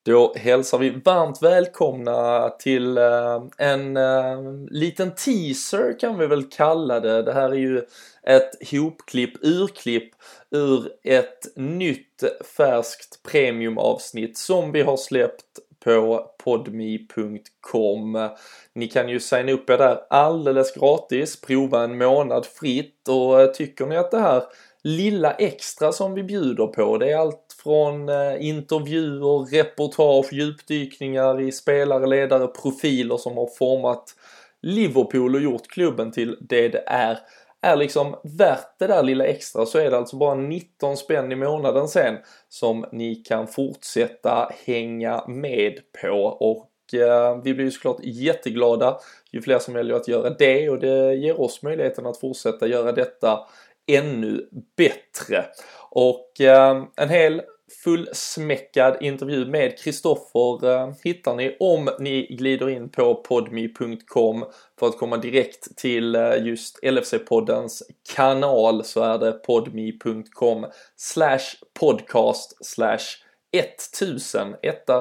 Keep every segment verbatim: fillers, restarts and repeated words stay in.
Då hälsar vi varmt välkomna till uh, en uh, liten teaser kan vi väl kalla det. Det här är ju ett hopklipp, urklipp ur ett nytt färskt premiumavsnitt som vi har släppt på podme punkt com. Ni kan ju signa upp er där alldeles gratis, prova en månad fritt, och tycker ni att det här lilla extra som vi bjuder på, det är allt från eh, intervjuer, reportage, djupdykningar i spelare, ledare, profiler som har format Liverpool och gjort klubben till det det är, är liksom värt det där lilla extra, så är det alltså bara nitton spänn i månaden sen som ni kan fortsätta hänga med på. Och eh, vi blir ju såklart jätteglada ju fler som väljer att göra det, och det ger oss möjligheten att fortsätta göra detta ännu bättre. Och eh, en hel fullsmäckad intervju med Kristoffer eh, hittar ni om ni glider in på podme punkt com för att komma direkt till eh, just L F C-poddens kanal. Så är det podme punkt com slash podcast slash tusen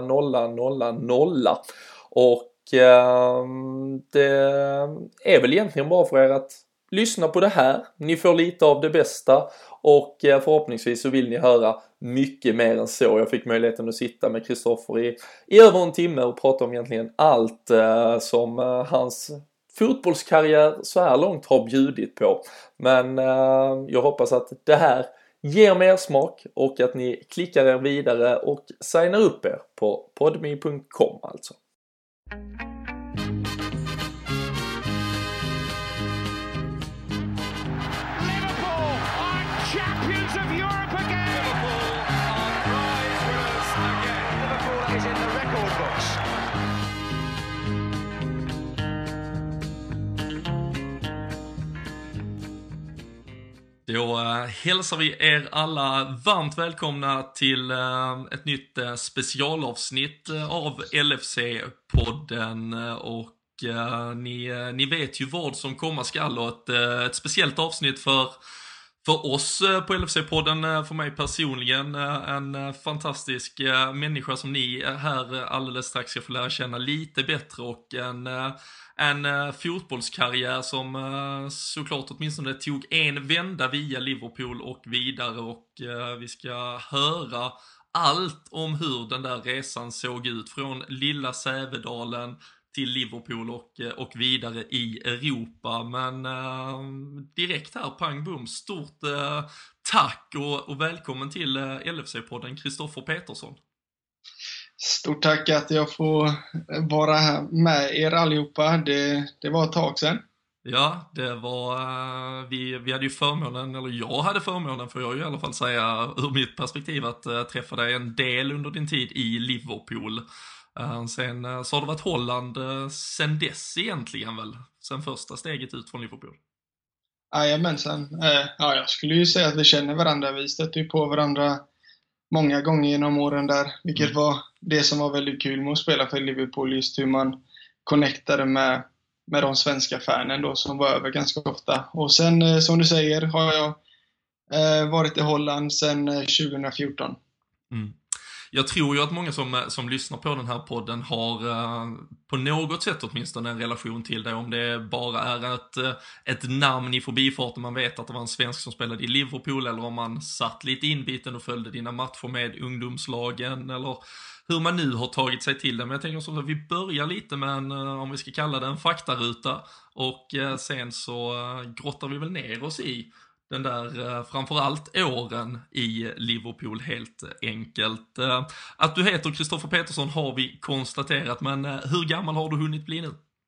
och eh, det är väl egentligen bara för er att lyssna på det här. Ni får lite av det bästa, och förhoppningsvis så vill ni höra mycket mer än så. Jag fick möjligheten att sitta med Kristoffer i, i över en timme och prata om egentligen allt eh, som eh, hans fotbollskarriär så här långt har bjudit på. Men eh, jag hoppas att det här ger mer smak och att ni klickar er vidare och signar upp er på podme punkt com alltså. Då äh, hälsar vi er alla varmt välkomna till äh, ett nytt äh, specialavsnitt äh, av L F C-podden, och äh, ni, äh, ni vet ju vad som komma skall, och ett, äh, ett speciellt avsnitt för, för oss äh, på L F C-podden, äh, för mig personligen, äh, en äh, fantastisk äh, människa som ni här äh, alldeles strax ska få lära känna lite bättre, och en äh, En uh, fotbollskarriär som uh, såklart åtminstone tog en vända via Liverpool och vidare, och uh, vi ska höra allt om hur den där resan såg ut från lilla Sävedalen till Liverpool och, uh, och vidare i Europa. Men uh, direkt här, pang bum, stort uh, tack och, och välkommen till uh, L F C-podden, Kristoffer Petersson. Stort tack att jag får vara här med er allihopa. Det, det var ett tag sedan. Ja, det var, uh, vi, vi hade ju förmånen, eller jag hade förmånen, får jag ju i alla fall säga ur mitt perspektiv, att uh, träffa dig en del under din tid i Liverpool. Uh, sen uh, så har det varit Holland uh, sen dess egentligen väl, sen första steget ut från Liverpool. Jajamensan. Uh, ja, jag skulle ju säga att vi känner varandra. Vi stötte ju på varandra många gånger genom åren där, vilket mm. var det som var väldigt kul med att spela för Liverpool, just hur man connectade med, med de svenska fanen då, som var över ganska ofta. Och sen, som du säger, har jag eh, varit i Holland sedan tjugo fjorton. Mm. Jag tror ju att många som, som lyssnar på den här podden har uh, på något sätt åtminstone en relation till det, om det bara är ett, ett namn i förbifarten, man vet att det var en svensk som spelade i Liverpool, eller om man satt lite inbiten och följde dina matcher med ungdomslagen, eller hur man nu har tagit sig till det. Men jag tänker så att vi börjar lite med en, om vi ska kalla det en faktaruta, och uh, sen så uh, grottar vi väl ner oss i den där framförallt åren i Liverpool helt enkelt. Att du heter Kristoffer Petersson har vi konstaterat, men hur gammal har du hunnit bli nu?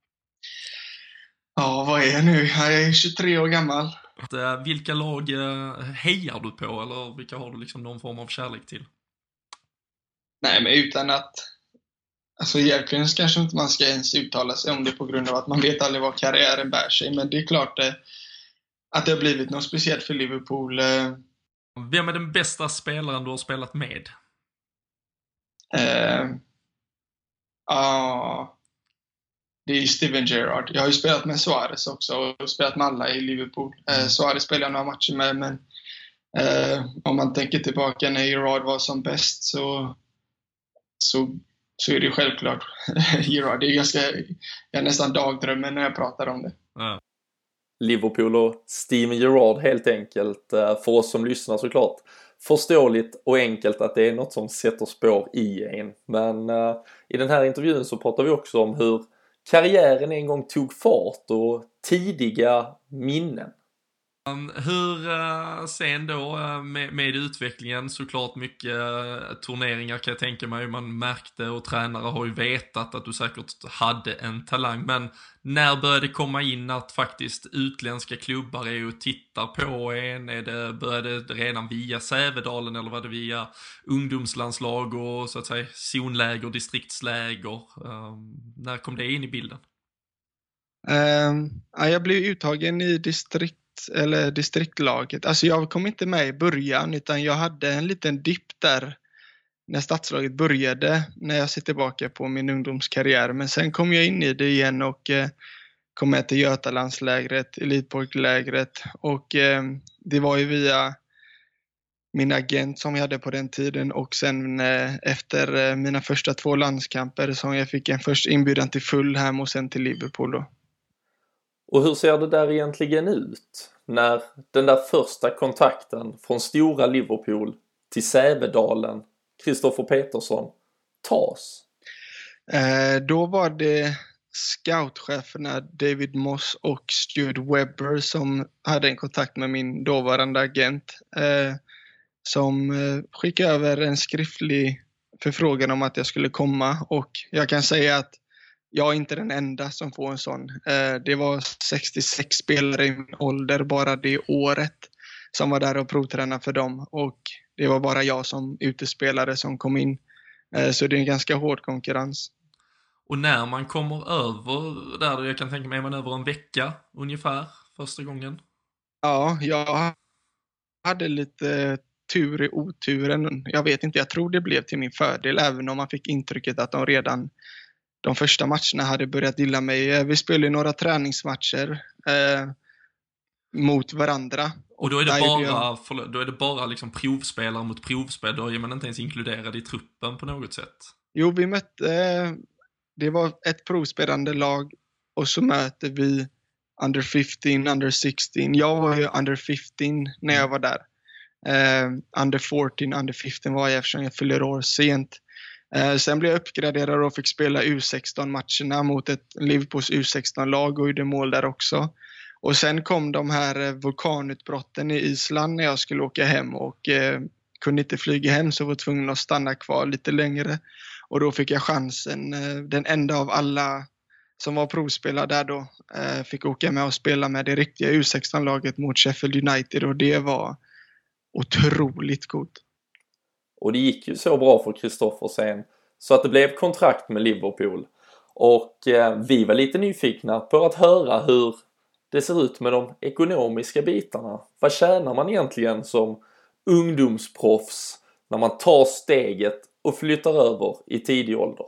Ja, vad är jag nu? Jag är tjugotre år gammal. Vilka lag hejar du på, eller vilka har du liksom någon form av kärlek till? Nej, men utan att... Alltså egentligen kanske inte man ska ens uttala sig om det, på grund av att man vet aldrig vad karriären bär sig. Men det är klart det... att det har blivit något speciellt för Liverpool. Vem är den bästa spelaren du har spelat med? Uh, uh, det är Steven Gerrard. Jag har ju spelat med Suarez också, och spelat med alla i Liverpool. Uh, Suarez spelade jag några matcher med, men uh, om man tänker tillbaka när Gerrard var som bäst, så så, så är det självklart Gerrard. Det är ganska, jag nästan dagdrömmer när jag pratar om det. Ja. Liverpool och Steven Gerrard helt enkelt, för oss som lyssnar såklart. Förståeligt och enkelt att det är något som sätter spår i en. Men uh, i den här intervjun så pratar vi också om hur karriären en gång tog fart och tidiga minnen. Um, hur uh, sen då uh, med, med utvecklingen, såklart mycket uh, turneringar kan jag tänka mig, man märkte och tränare har ju vetat att du säkert hade en talang, men när började det komma in att faktiskt utländska klubbar är och tittar på en? Är det, började det redan via Sävedalen eller var det via ungdomslandslag och så att säga zonläger, distriktsläger? Um, när kom det in i bilden? Um, ja, jag blev uttagen i distrikt eller distriktlaget. Alltså jag kom inte med i början, utan jag hade en liten dipp där när stadslaget började, när jag ser tillbaka på min ungdomskarriär. Men sen kom jag in i det igen och eh, kom med till Götalandslägret, Elitpojklägret, och eh, det var ju via min agent som jag hade på den tiden, och sen eh, efter eh, mina första två landskamper som jag fick en först inbjudan till Fulham och sen till Liverpool då. Och hur ser det där egentligen ut när den där första kontakten från stora Liverpool till Sävedalen, Kristoffer Petersson, tas? Eh, då var det scoutcheferna David Moss och Stuart Webber som hade en kontakt med min dåvarande agent eh, som eh, skickade över en skriftlig förfrågan om att jag skulle komma, och jag kan säga att jag är inte den enda som får en sån. Eh, det var sextiosex spelare i min ålder bara det året som var där och provtränade för dem, och det var bara jag som utespelare som kom in. Eh, så det är en ganska hård konkurrens. Och när man kommer över där, jag kan tänka mig, är man över en vecka ungefär första gången? Ja, jag hade lite tur i oturen. Jag vet inte, jag tror det blev till min fördel, även om man fick intrycket att de redan de första matcherna hade börjat gilla mig. Vi spelade några träningsmatcher eh, mot varandra. Och då är det Där bara, jag... för, då är det bara liksom provspelare mot provspel, då är man inte ens inkluderad i truppen på något sätt? Jo, vi mötte, eh, det var ett provspelande lag, och så möter vi under femton, under sexton. Jag var ju under femton när jag var där. Eh, under fjorton, under femton var jag, eftersom jag fyller år sent. Eh, sen blev jag uppgraderad och fick spela U sexton-matcherna mot ett Liverpools U sexton-lag och gjorde mål där också. Och sen kom de här vulkanutbrotten i Island när jag skulle åka hem, och eh, kunde inte flyga hem, så var jag tvungen att stanna kvar lite längre. Och då fick jag chansen, eh, den enda av alla som var provspelare där då, eh, fick åka med och spela med det riktiga U sexton-laget mot Sheffield United, och det var otroligt coolt. Och det gick ju så bra för Kristoffer sen så att det blev kontrakt med Liverpool. Och eh, vi var lite nyfikna på att höra hur det ser ut med de ekonomiska bitarna. Vad tjänar man egentligen som ungdomsproffs när man tar steget och flyttar över i tidig ålder?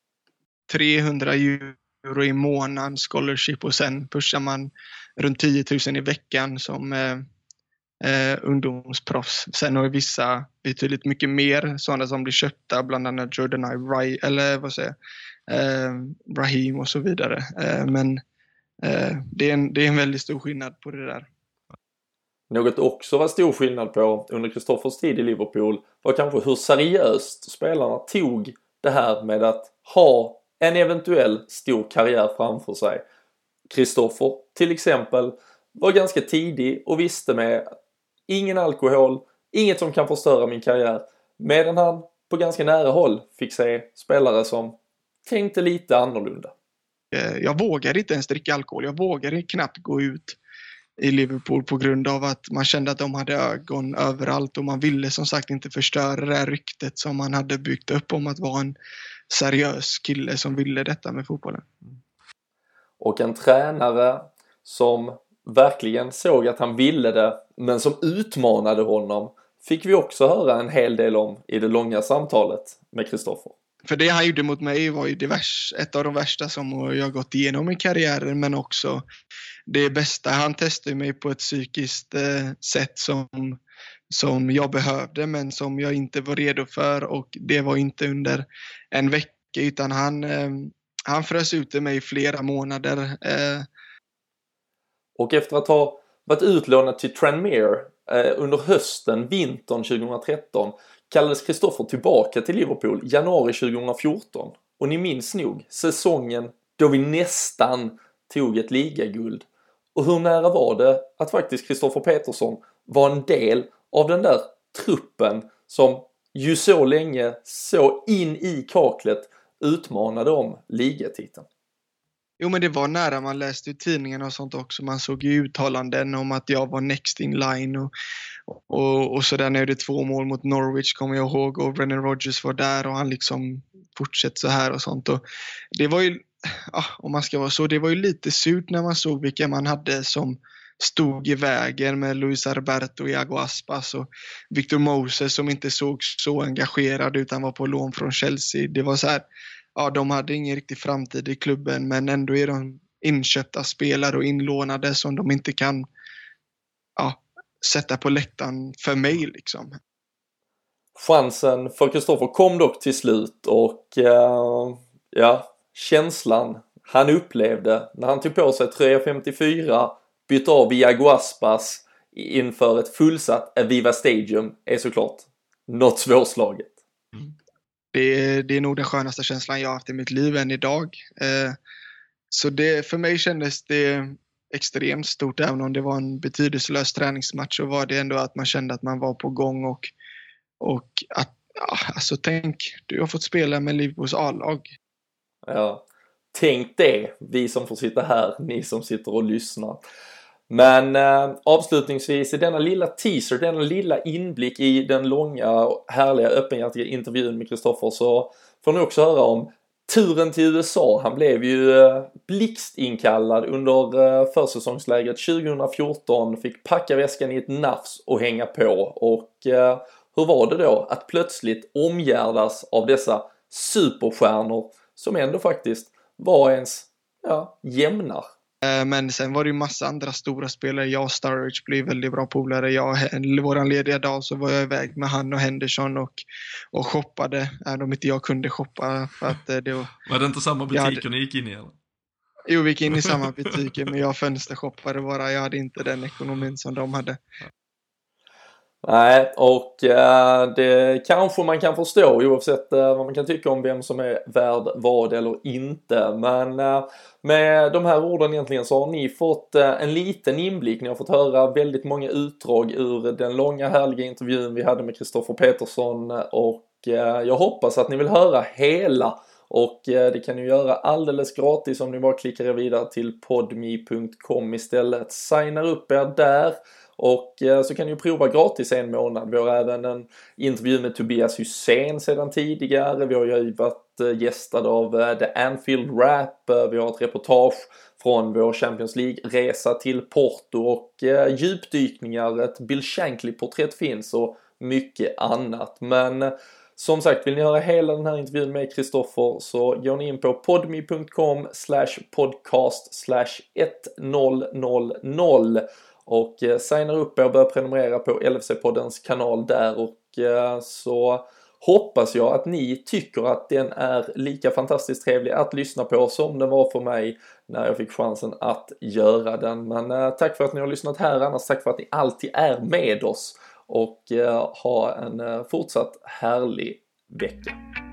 trehundra euro i månaden scholarship, och sen pushar man runt tio tusen i veckan som eh, eh, ungdomsproffs. Sen har vissa betydligt mycket mer, sådana som blir köpta, bland annat Jordan I. eller vad säger eh, Brahim och så vidare. Eh, men eh, det, är en, det är en väldigt stor skillnad på det där. Något också var stor skillnad på under Kristoffers tid i Liverpool var kanske hur seriöst spelarna tog det här med att ha en eventuell stor karriär framför sig. Kristoffer till exempel var ganska tidig och visste med ingen alkohol, inget som kan förstöra min karriär, medan han på ganska nära håll fick se spelare som tänkte lite annorlunda. Jag vågade inte ens dricka alkohol, jag vågade knappt gå ut i Liverpool på grund av att man kände att de hade ögon överallt, och man ville som sagt inte förstöra det här ryktet som man hade byggt upp om att vara en seriös kille som ville detta med fotbollen. Och en tränare som verkligen såg att han ville det, men som utmanade honom, fick vi också höra en hel del om i det långa samtalet med Kristoffer. För det han gjorde mot mig var ju det värsta, ett av de värsta som jag gått igenom i karriären, men också det bästa. Han testade mig på ett psykiskt eh, sätt som, som jag behövde men som jag inte var redo för, och det var inte under en vecka utan han, eh, han frös ut i mig i flera månader. Eh. Och efter att ha varit utlånad till Tranmere eh, under hösten, vintern tjugohundratretton kallades Kristoffer tillbaka till Liverpool januari tjugohundrafjorton. Och ni minns nog säsongen då vi nästan tog ett ligaguld. Och hur nära var det att faktiskt Kristoffer Petersson var en del av den där truppen som ju så länge så in i kaklet utmanade om ligatiteln. Jo, men det var nära. Man läste i tidningen och sånt också. Man såg ju uttalanden om att jag var next in line och, och, och så där när det två mål mot Norwich kommer jag ihåg, och Brendan Rodgers var där och han liksom fortsätter så här och sånt. Och det var ju, ja, om man ska vara så, det var ju lite surt när man såg vilka man hade som stod i vägen med Luis Alberto, Iago Aspas och Victor Moses som inte såg så engagerad utan var på lån från Chelsea. Det var så här, ja, de hade ingen riktig framtid i klubben, men ändå är de inköpta spelare och inlånade som de inte kan, ja, sätta på läktaren för mig liksom. Chansen för Kristoffer kom dock till slut och uh, ja, känslan han upplevde när han tog på sig tröja femtiofyra, bytte av Iago Aspas inför ett fullsatt Aviva Stadium är såklart något svårslaget. Mm. Det, det är nog den skönaste känslan jag har haft i mitt liv än idag. Eh, så det, för mig kändes det extremt stort, även om det var en betydelselös träningsmatch, och var det ändå att man kände att man var på gång och, och att, ja, alltså tänk, du har fått spela med Liverpools A-lag. Ja, tänk det, vi som får sitta här, ni som sitter och lyssnar. Men eh, avslutningsvis i denna lilla teaser, denna lilla inblick i den långa, härliga, öppenhjärtiga intervjun med Kristoffer, så får ni också höra om turen till U S A. Han blev ju eh, blixtinkallad under eh, försäsongslägret tjugohundrafjorton, fick packa väskan i ett nafs och hänga på. Och eh, hur var det då att plötsligt omgärdas av dessa superstjärnor som ändå faktiskt var ens, ja, jämnar? Men sen var det ju massa andra stora spelare. Jag och Sturridge blev väldigt bra polare. Jag, våran lediga dag så var jag iväg med han och Henderson och, och shoppade. Även om inte jag kunde shoppa. För att det var, var det inte samma butiker hade, ni gick in i eller? Jo, vi gick in i samma butiker, men jag fönstershoppade bara. Jag hade inte den ekonomin som de hade. Nej, och eh, det kanske man kan förstå oavsett eh, vad man kan tycka om vem som är värd vad eller inte. Men eh, med de här orden egentligen så har ni fått eh, en liten inblick. Ni har fått höra väldigt många utdrag ur den långa härliga intervjun vi hade med Kristoffer Petersson. Och eh, jag hoppas att ni vill höra hela. Och eh, det kan ni göra alldeles gratis om ni bara klickar er vidare till podme punkt com istället. Signar upp er där. Och eh, så kan ni ju prova gratis en månad. Vi har även en intervju med Tobias Hysén sedan tidigare. Vi har ju varit eh, gästade av eh, The Anfield Rap. Eh, vi har ett reportage från vår Champions League-resa till Porto. Och eh, djupdykningar, ett Bill Shankly-porträtt finns och mycket annat. Men eh, som sagt, vill ni höra hela den här intervjun med Kristoffer så går ni in på podme punkt com slash podcast slash etthundra. Och eh, signar upp er och börjar prenumerera på L F C-poddens kanal där. Och eh, så hoppas jag att ni tycker att den är lika fantastiskt trevlig att lyssna på som den var för mig när jag fick chansen att göra den. Men eh, tack för att ni har lyssnat här. Annars tack för att ni alltid är med oss. Och eh, ha en eh, fortsatt härlig vecka.